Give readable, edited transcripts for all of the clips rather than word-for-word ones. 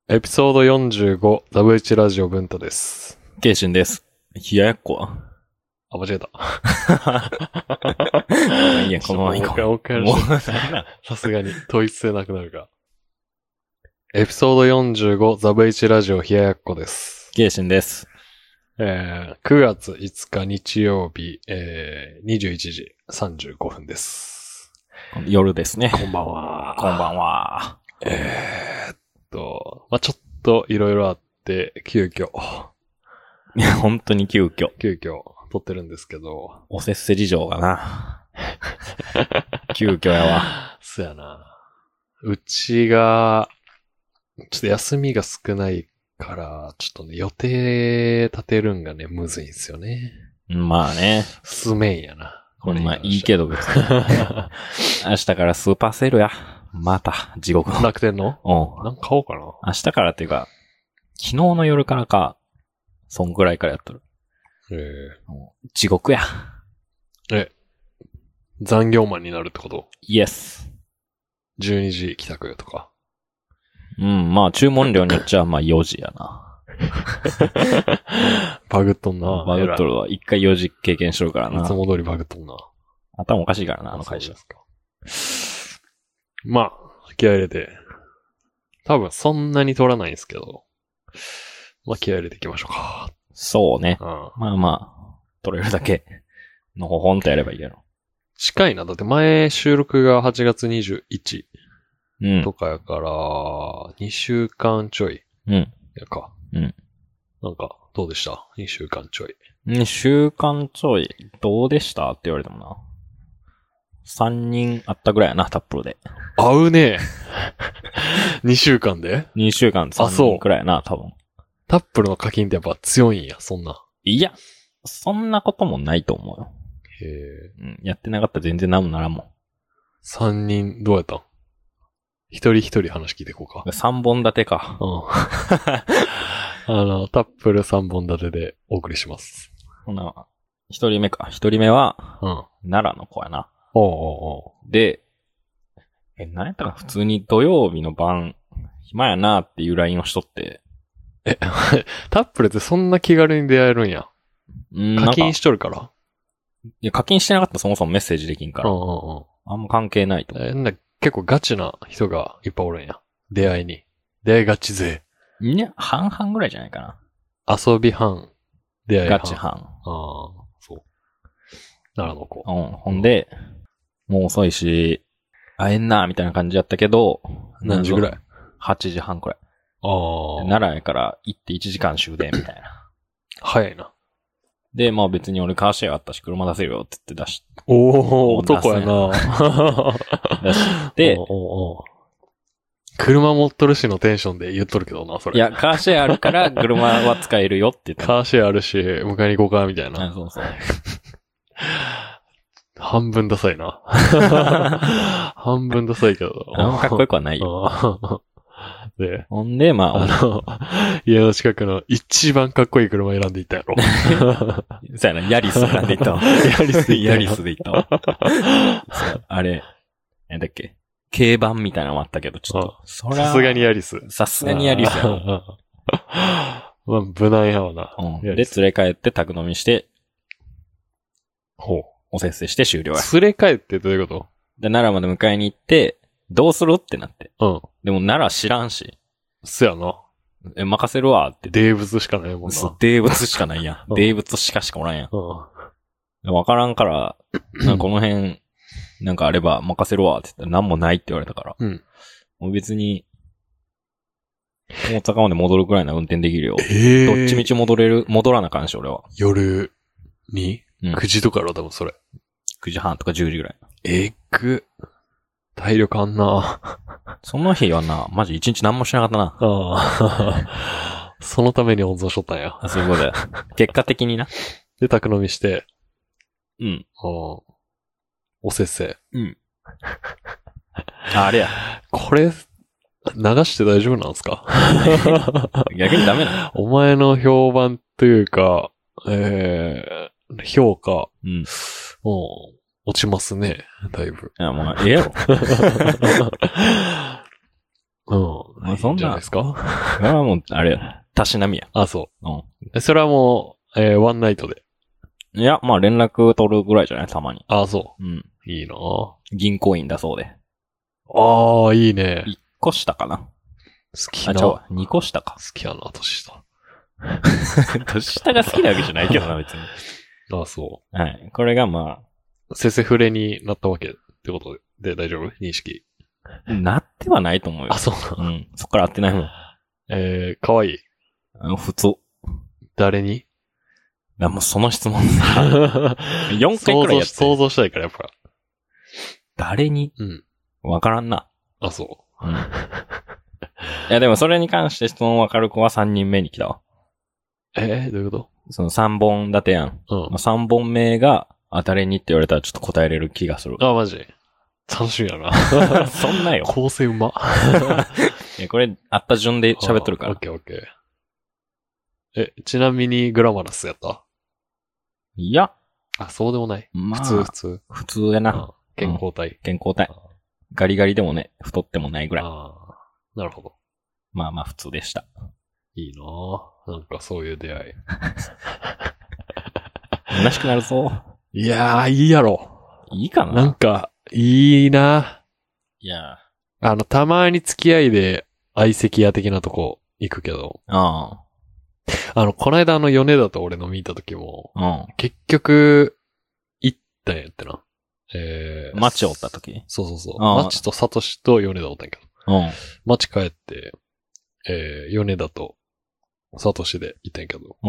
エピソード45、ザブイチラジオ文太です。 ケイシンです。冷ややっこはあ、間違えた。 いや、このまま行こう。 もう一回さすがに、統一性なくなるが。エピソード45、ザブイチラジオ冷ややっこです。 ケイシンです。 9月5日日曜日、21時35分です。 夜ですね。 こんばんは。 こんばんは。 まあ、ちょっといろいろあって、急遽いや、本当に急遽撮ってるんですけど。 おせっせ事情がな。急遽やわ。 そやな。うちが、ちょっと休みが少ないから、ちょっとね、予定立てるんがね、むずいんすよね。 まあね。 進めんやな。 これまあいいけど別に。明日からスーパーセールや。また、地獄の。 楽天の？ うん。 なんか買おうかな。 明日からっていうか、昨日の夜からか、そんぐらいからやっとる。地獄や。 残業マンになるってこと？ イエス。 12時帰宅とか。 うん、まあ注文量によっちゃまあ4時やな。 バグっとんな。 バグっとるわ。一回4時経験しとるからな。 いつも通りバグっとんな。 頭おかしいからな、あの会社。 まあ、気合入れて。多分そんなに取らないんですけど。まあ気合入れていきましょうか。 そうね。 うん、 まあまあ、取れるだけのほほんとやればいいやろ。 近いな。だって前収録が8月21とかやから、2週間ちょい。やか。なんか、どうでした ?2 週間ちょい。 2週間ちょい、どうでしたって言われてもな。3人あったぐらいやな、タップルで。 合うね。2週間で ?2 週間で3人くらいやな、多分。 タップルの課金ってやっぱ強いんや、そんな。 いや、そんなこともないと思うよ。やってなかったら全然なんもならんもん。 3人、どうやったん？一人一人話聞いていこうか。 3本立てか。 タップル3本立てでお送りします。 ほな、1人目か。1人目は、奈良の子やな。で、何やったか普通に土曜日の晩、暇やなっていう LINE をしとって。 タップルってそんな気軽に出会えるんや。課金しとるから？ いや、課金してなかったらそもそもメッセージできんから。あんま関係ないと。 結構ガチな人がいっぱいおるんや。出会いガチ勢。 いや、半々ぐらいじゃないかな。 遊び半、出会い半。 ガチ半。 そう。奈良の子。 ほんで、もう遅いし、会えんな、みたいな感じやったけど、 何時ぐらい？ 8 時半くらい。奈良やから行って1時間終電みたいな。 早いな。 で、まあ別に俺カーシェアあったし車出せるよって言って出し男やな。 出して、 車持っとるしのテンションで言っとるけどな、それ。 いや、カーシェアあるから車は使えるよって言って。 カーシェアあるし、迎えに行こうか、みたいな。 そうそう。 半分ダサいな。半分ダサいけど。 かっこよくはないよ。 で、 ほんで、まあ、 家の近くの一番かっこいい車選んでいったやろ。 そうやな、ヤリス選んでいったわ。ヤリスでいったわ。あれ、なんだっけ、軽バンみたいなのもあったけど、ちょっと。 さすがにヤリス。 さすがにヤリスやろ。 まあ、無難やわな。 で、連れ帰って宅飲みして、おせっせして終了や。 連れ帰ってどういうこと？ で、奈良まで迎えに行って、どうするってなって。でも奈良知らんし。 そやな。 任せるわって。 デーブツしかないもんな。 デーブツしかないやん。デーブツしかおらんやん。わからんから、この辺、なんかあれば任せるわって言ったら何もないって言われたから。もう別に、大阪まで戻るくらいな運転できるよ。どっちみち戻らなあかんし、俺は。 夜に ?9 時とかやろ、多分それ。 9時半とか10時ぐらい。 体力あんな。 その日はな、マジ一日何もしなかったな。そのために温存しとったんや。 そういうことだよ。結果的にな。 で、宅飲みして。おせっせ。 あれや。 これ、流して大丈夫なんすか？ 逆にダメな。 お前の評判というか、評価。落ちますね、だいぶ。 いや、まあ、ええやろ。 いんじゃないですか？ それはもう、あれや、たしなみや。 あ、そう。それはもう、ワンナイトで。 いや、まあ連絡取るぐらいじゃないたまに。 あ、そう。 うん。 いいな銀行員だそうで。 ああ、いいね。 1個下かな。 好きな。 2個下か。 好きやな、年下。 年下が好きなわけじゃないけどな、別に。 あ、そう。 はい。これがまあ。せせふれになったわけってことで大丈夫？認識。 なってはないと思うよ。 あ、そうな。 うん。そっから会ってないもん。 かわいい。 普通。 誰に？ もうその質問さ、4回くらいやって想像したいから、やっぱ。 誰に？ うん。 わからんな。 あ、そう。 うん。いや、でもそれに関して質問わかる子は3人目に来たわ。 どういうこと？ その3本立てやん。うん。3本目が、誰にって言われたらちょっと答えれる気がする。 あ、マジ？楽しみやな。 そんなよ。 構成うま。 これ、あった順で喋っとるから。 オッケーオッケー。ちなみにグラマラスやった？ いや。 あ、そうでもない。 まあ、 普通。 普通やな。 健康体。 健康体。ガリガリでもね、太ってもないぐらい。 なるほど。 まあまあ普通でした。 いいなぁ。なんかそういう出会い。 虚しくなるぞ。 いやー、いいやろ。 いいかな？ なんか、いいなぁ。 いやたまに付き合いで相席屋的なとこ行くけど。 ああ。この間米田と俺飲み行った時も、結局、行ったんやってな。 マチおった時？ そう。マチとサトシと米田おったんやけど。マチ帰って、米田とサトシで行ったんやけど。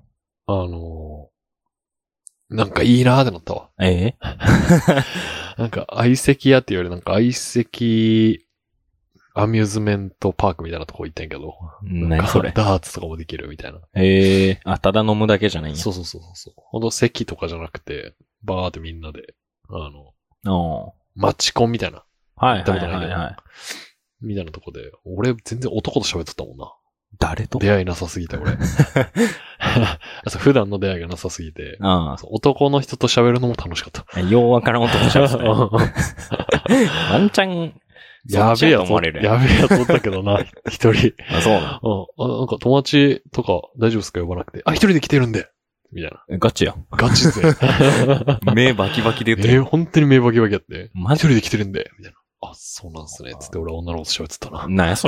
なんかいいなーってなったわ。なんか相席屋っていうよりなんか相席アミューズメントパークみたいなとこ行ったんやけど。 何それ？ ダーツとかもできるみたいな。 ただ飲むだけじゃないんや。 そう。ほんと席とかじゃなくて、バーってみんなで、マチコンみたいな。 はい。 みたいなとこで、俺全然男と喋ってたもんな。 誰と？ 出会いなさすぎて、俺。普段の出会いがなさすぎて、男の人と喋るのも楽しかった。 ようわからん男と喋ってたよ。ワンチャン、 やべえやつおったけどな、一人。 あ、そうなの？なんか友達とか大丈夫ですか呼ばなくて。一人で来てるんでみたいな。 ガチや。 ガチぜ。 目バキバキで言ってる。 本当に目バキバキやって。 一人で来てるんでみたいな。あ、そうなんすね。つって俺は女の子と喋ってたな。 なんやそれ。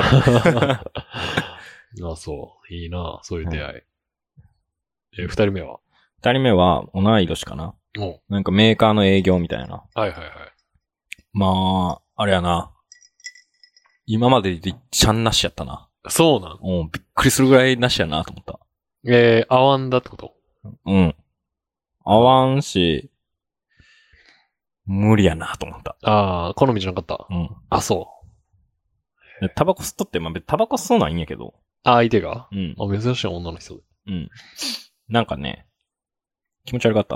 あ、そう。いいな、そういう出会い。二人目は？ 二人目は同い年かな。なんかメーカーの営業みたいな。 はい。 まあ、あれやな。今まででいっちゃんなしやったな。 そうなん？ びっくりするぐらいなしやなと思った。 合わんだってこと？ うん。合わんし、無理やなと思った。 ああ、好みじゃなかった。 うん。 あ、そう。 タバコ吸っとって、タバコ吸うのはいいんやけど。 相手が？ うん。 珍しい女の人で。 うん。なんかね、気持ち悪かった。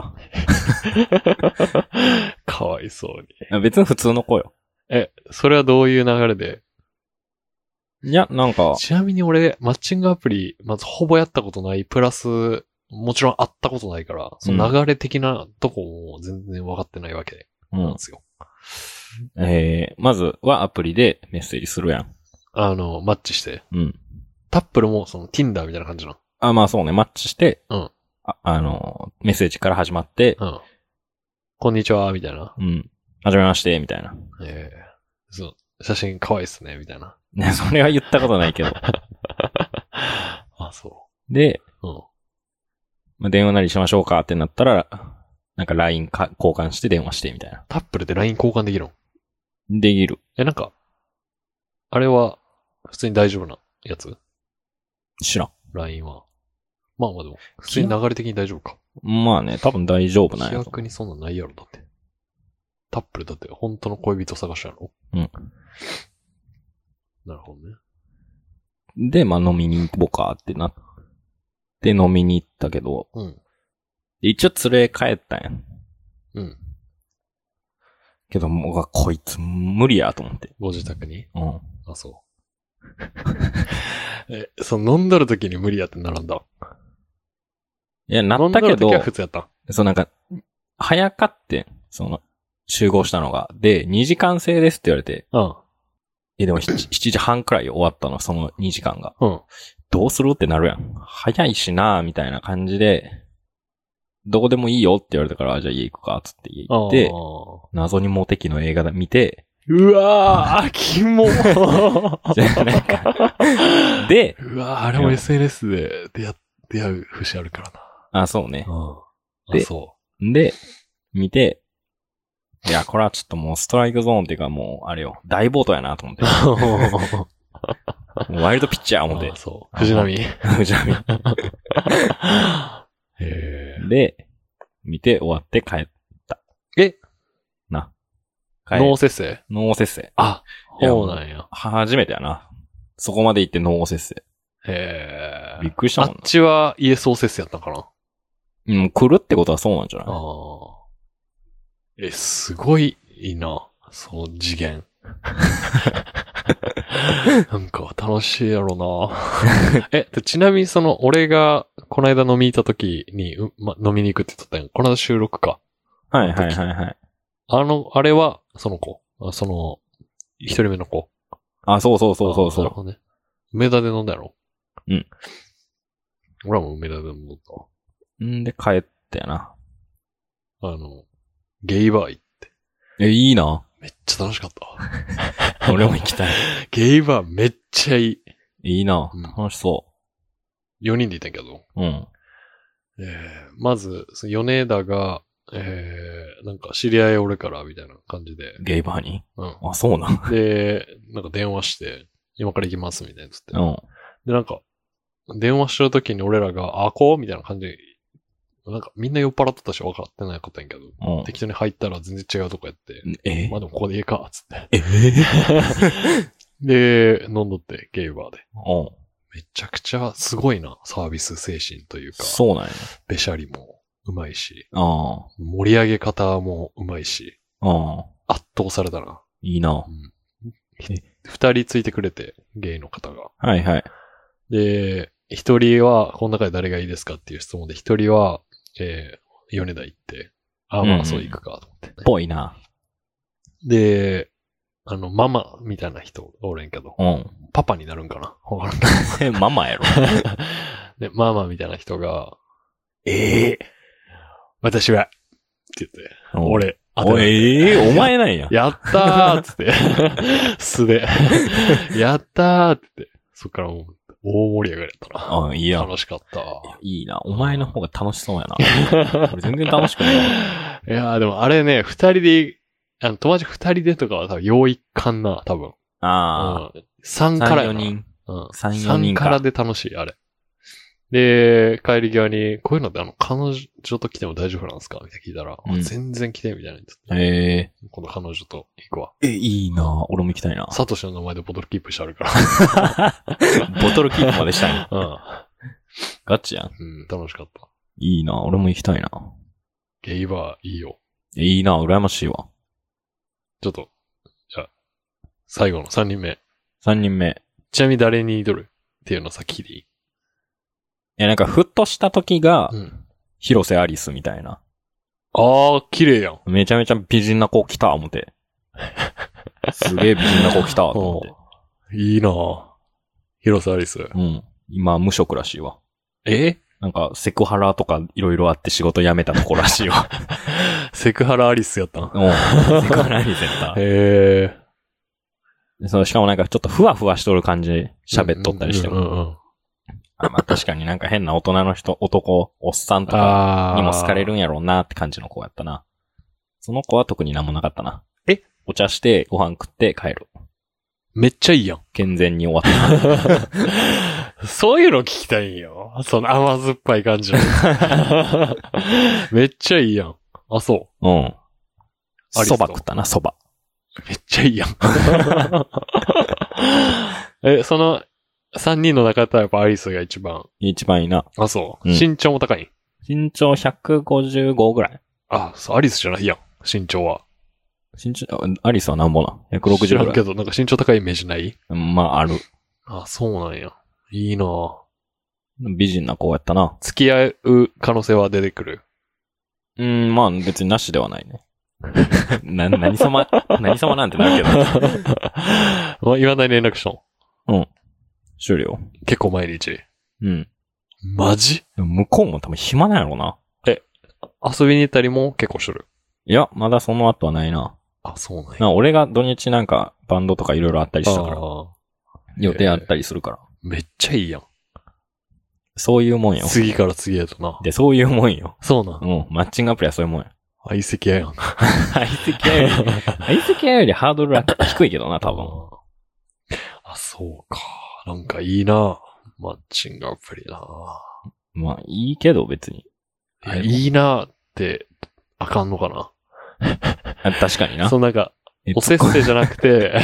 かわいそうに。別に普通の子よ。 それはどういう流れで？ いや、なんか。 ちなみに俺、マッチングアプリ、まずほぼやったことない、プラス、もちろん会ったことないから、その流れ的なとこも全然分かってないわけなんですよ。 まずはアプリでメッセージするやん。 マッチして。 うん。 タップルもその Tinder みたいな感じなの？ まあそうね、マッチして、 うん。 メッセージから始まって、 うん。こんにちは、みたいな。 うん。はじめまして、みたいな。 そう。写真可愛いっすね、みたいな。 ね、それは言ったことないけど。 あ、そう。 で、電話なりしましょうかってなったら、なんか LINE 交換して電話してみたいな。 タップルで LINE 交換できるの？できる。 なんか、あれは普通に大丈夫なやつ？ 知らん。 LINE は。まあでも、普通に流れ的に大丈夫か。 まあね、多分大丈夫なんや。 規約にそんなんないやろ、だって。タップルだって本当の恋人探しやろ？ うん。 なるほどね。 で、飲みに行こうかってなって、飲みに行ったけど、一応連れ帰ったんや。 うん。 けどもう、こいつ無理やと思って。 ご自宅に？ うん。 あ、そう。飲んどる時に無理やってならんだ。 いや、なったけど、 飲んどる時は普通やった。 なんか、早かって、集合したのが。で、2時間制ですって言われて。 でも7時半くらい終わったの、その2時間が。 うん。 どうするってなるやん。早いしなみたいな感じで、どこでもいいよって言われたから、じゃあ家行くか、つって家行って、謎にモテキの映画見て、 うわー、キモじゃあなんか、で、 うわー、あれも SNS で出会う節あるからな。あ、そうね。 で、そう。 で、見て、いや、これはちょっともうストライクゾーンっていうかもう、あれよ、大暴投やなと思って。ワイルドピッチャー思って。 そう。藤波。 藤波。で、見て終わって帰った。な。 脳節制？ 脳節制。 あ、そうなんや。 初めてやな。そこまで行って脳節制。びっくりしたもんな。 あっちは家総節制やったかな。 うん、来るってことはそうなんじゃない？ すごいいいな。そう、次元。なんか楽しいやろな。ちなみに俺がこの間飲みに行った時に、飲みに行くって言ったんや。この間収録か。 はいはいはいはい。 あれは、その子。一人目の子。 あ、そうそう。なるほどね。梅田で飲んだやろ？ うん。 俺はもう梅田で飲んだわ。 んで帰ったやな。 ゲイバー行って。 いいな。 めっちゃ楽しかった。 俺も行きたい。 ゲイバーめっちゃいい。 いいな。楽しそう。 4人でいたんやけど。 うん。 まず、米田が、なんか知り合い俺からみたいな感じで。 ゲイバーに？ うん。 あ、そうなん。 で、なんか電話して、今から行きますみたいなつって。 うん。 で、なんか、電話してる時に俺らが、こうみたいな感じで、なんかみんな酔っ払ってたし分かってないかったんやけど、適当に入ったら全然違うとこやって、まあでもここでいいか、つって。で、飲んどって、ゲイバーで。めちゃくちゃすごいな、サービス精神というか。 そうなんや。 べしゃりもうまいし、盛り上げ方もうまいし、圧倒されたな。 いいな。 二人ついてくれて、ゲイの方が。 はいはい。 で、一人は、この中で誰がいいですかっていう質問で、一人は、米田行って、まあそう行くかと思って、 ぽいな。 で、ママみたいな人おるんけど、パパになるんかなわからんけど。ママやろ。 で、ママみたいな人が、私は、って言って、俺、 お前なんや。 やったーっつって、素で、やったーって言って、そっからもう、大盛り上がりやったな。 いいや。 楽しかった。 いいな。お前の方が楽しそうやな。俺全然楽しくない。 いやーでもあれね、二人で、友達二人でとかは多分、用意かんな、多分。3から 4人。 3、4人からで楽しい、あれ。で、帰り際に、こういうのって彼女と来ても大丈夫なんですかみたいな聞いたら、全然来て、みたいな。この彼女と行くわ。 いいな。俺も行きたいな。 サトシの名前でボトルキープしてあるから。 ボトルキープまでしたい。ガチやん。 楽しかった。 いいな。俺も行きたいな。 ゲイバーいいよ。 いいな。羨ましいわ。 ちょっと、じゃあ、最後の3人目。 3人目。 ちなみに誰に挑るっていうのさ、聞いていい？ なんか、ふっとした時が、広瀬アリスみたいな。 綺麗やん。 めちゃめちゃ美人な子来た、思って。すげえ美人な子来た、と思って。 いいなぁ。広瀬アリス。 今、無職らしいわ。なんか、セクハラとかいろいろあって仕事辞めたとこらしいわ。 セクハラアリスやったん？ セクハラアリスやった。しかもなんかちょっとふわふわしとる感じ喋っとったりしても。まあ確かになんか変な大人の人、男、おっさんとかにも好かれるんやろうなって感じの子やったな。その子は特になんもなかったな。お茶してご飯食って帰る。 めっちゃいいやん。 健全に終わった。 そういうの聞きたいんよ。その甘酸っぱい感じの。めっちゃいいやん。そう。 蕎麦食ったな、蕎麦。 めっちゃいいやん。その、3人の中だったらやっぱアリスが一番いいな。 そう。身長も高い？ 身長155ぐらい。 そう、アリスじゃないやん。身長は。 アリスはなんぼな ?160 ぐらい。 知らんけど、なんか身長高いイメージない？ まあ、ある。 そうなんや。いいなぁ。 美人な子やったな。 付き合う可能性は出てくる？ まあ別になしではないね。 何様なんてなるけど。もう未だに連絡しとん。うん。しょるよ。 結構毎日。 うん。 マジ？ 向こうも多分暇なんやろな。 遊びに行ったりも結構しとる？ いや、まだその後はないな。 あ、そうなんや。 俺が土日なんかバンドとかいろいろあったりしたから。予定あったりするから。 めっちゃいいやん。 そういうもんよ。 次から次へとな。 で、そういうもんよ。 そうなん。 うん。マッチングアプリはそういうもんや。 相席屋やん。 相席屋よりハードルは低いけどな、多分。 あ、そうか。なんかいいな。マッチングアプリな。 まあ、いいけど別に。 いいなって、あかんのかな。 確かにな。 そうなんか、おせっせじゃなくて、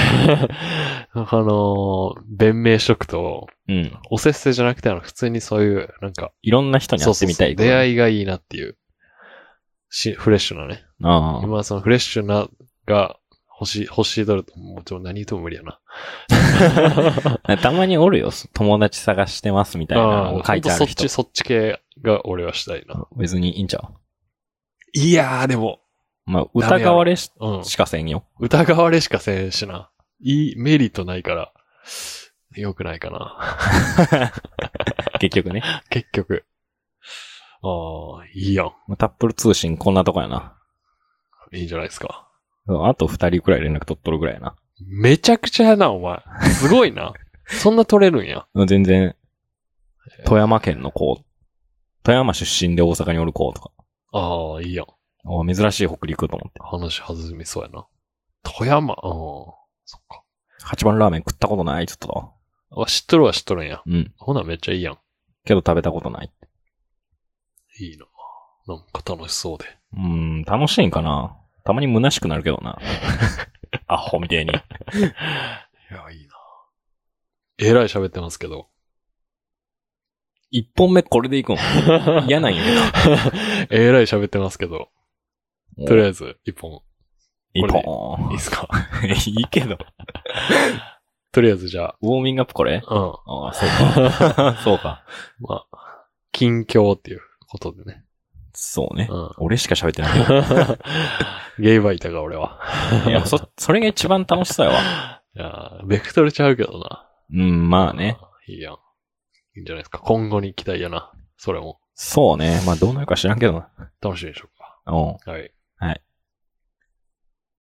弁明しとくと、 うん。 おせっせじゃなくて、普通にそういう、なんか、 いろんな人に会ってみたい。 出会いがいいなっていう。フレッシュなね。 ああ。 今そのフレッシュなが欲しいとると、もちろん何言っても無理やな。 たまにおるよ。友達探してますみたいなのを書いてある人。 そっち系が俺はしたいな。 別にいいんちゃう？ いやーでも。 まあ、疑われしかせんよ。 疑われしかせんしな。メリットないから、良くないかな。 結局ね。 結局。ああ、いいやん。 タップル通信こんなとこやな。 いいんじゃないですか。 あと2人くらい連絡取っとるくらいやな。 めちゃくちゃやな、お前。すごいな。そんな取れるんや。 全然、富山県の子、富山出身で大阪におる子とか。 ああ、いいやん。 珍しい北陸と思って。 話弾みそうやな。富山、そっか。 8番ラーメン食ったことないちょっと。 知っとるんや。 うん。 ほなめっちゃいいやん。 けど食べたことない。 いいな。なんか楽しそうで。 楽しいんかな。たまに虚しくなるけどな。アホみてえに。いや、 いいな。えらい喋ってますけど。 1本目これでいくん嫌なんやけど。えらい喋ってますけど。とりあえず、1本。 1本。 いいっすか？ いいけど。 とりあえずじゃあ。 ウォーミングアップこれ？ うん。 ああ、そうか。そうか。 まあ、近況っていうことでね。 そうね。 うん、 俺しか喋ってないけど。 ゲイバイタが俺は。 いや、それが一番楽しそうやわ。 いや、ベクトルちゃうけどな。 まあね。 いいやん。いいんじゃないですか。今後に期待やな。それも。 そうね。まあどうなるか知らんけどな。 楽しいでしょうか。 はい。 はい。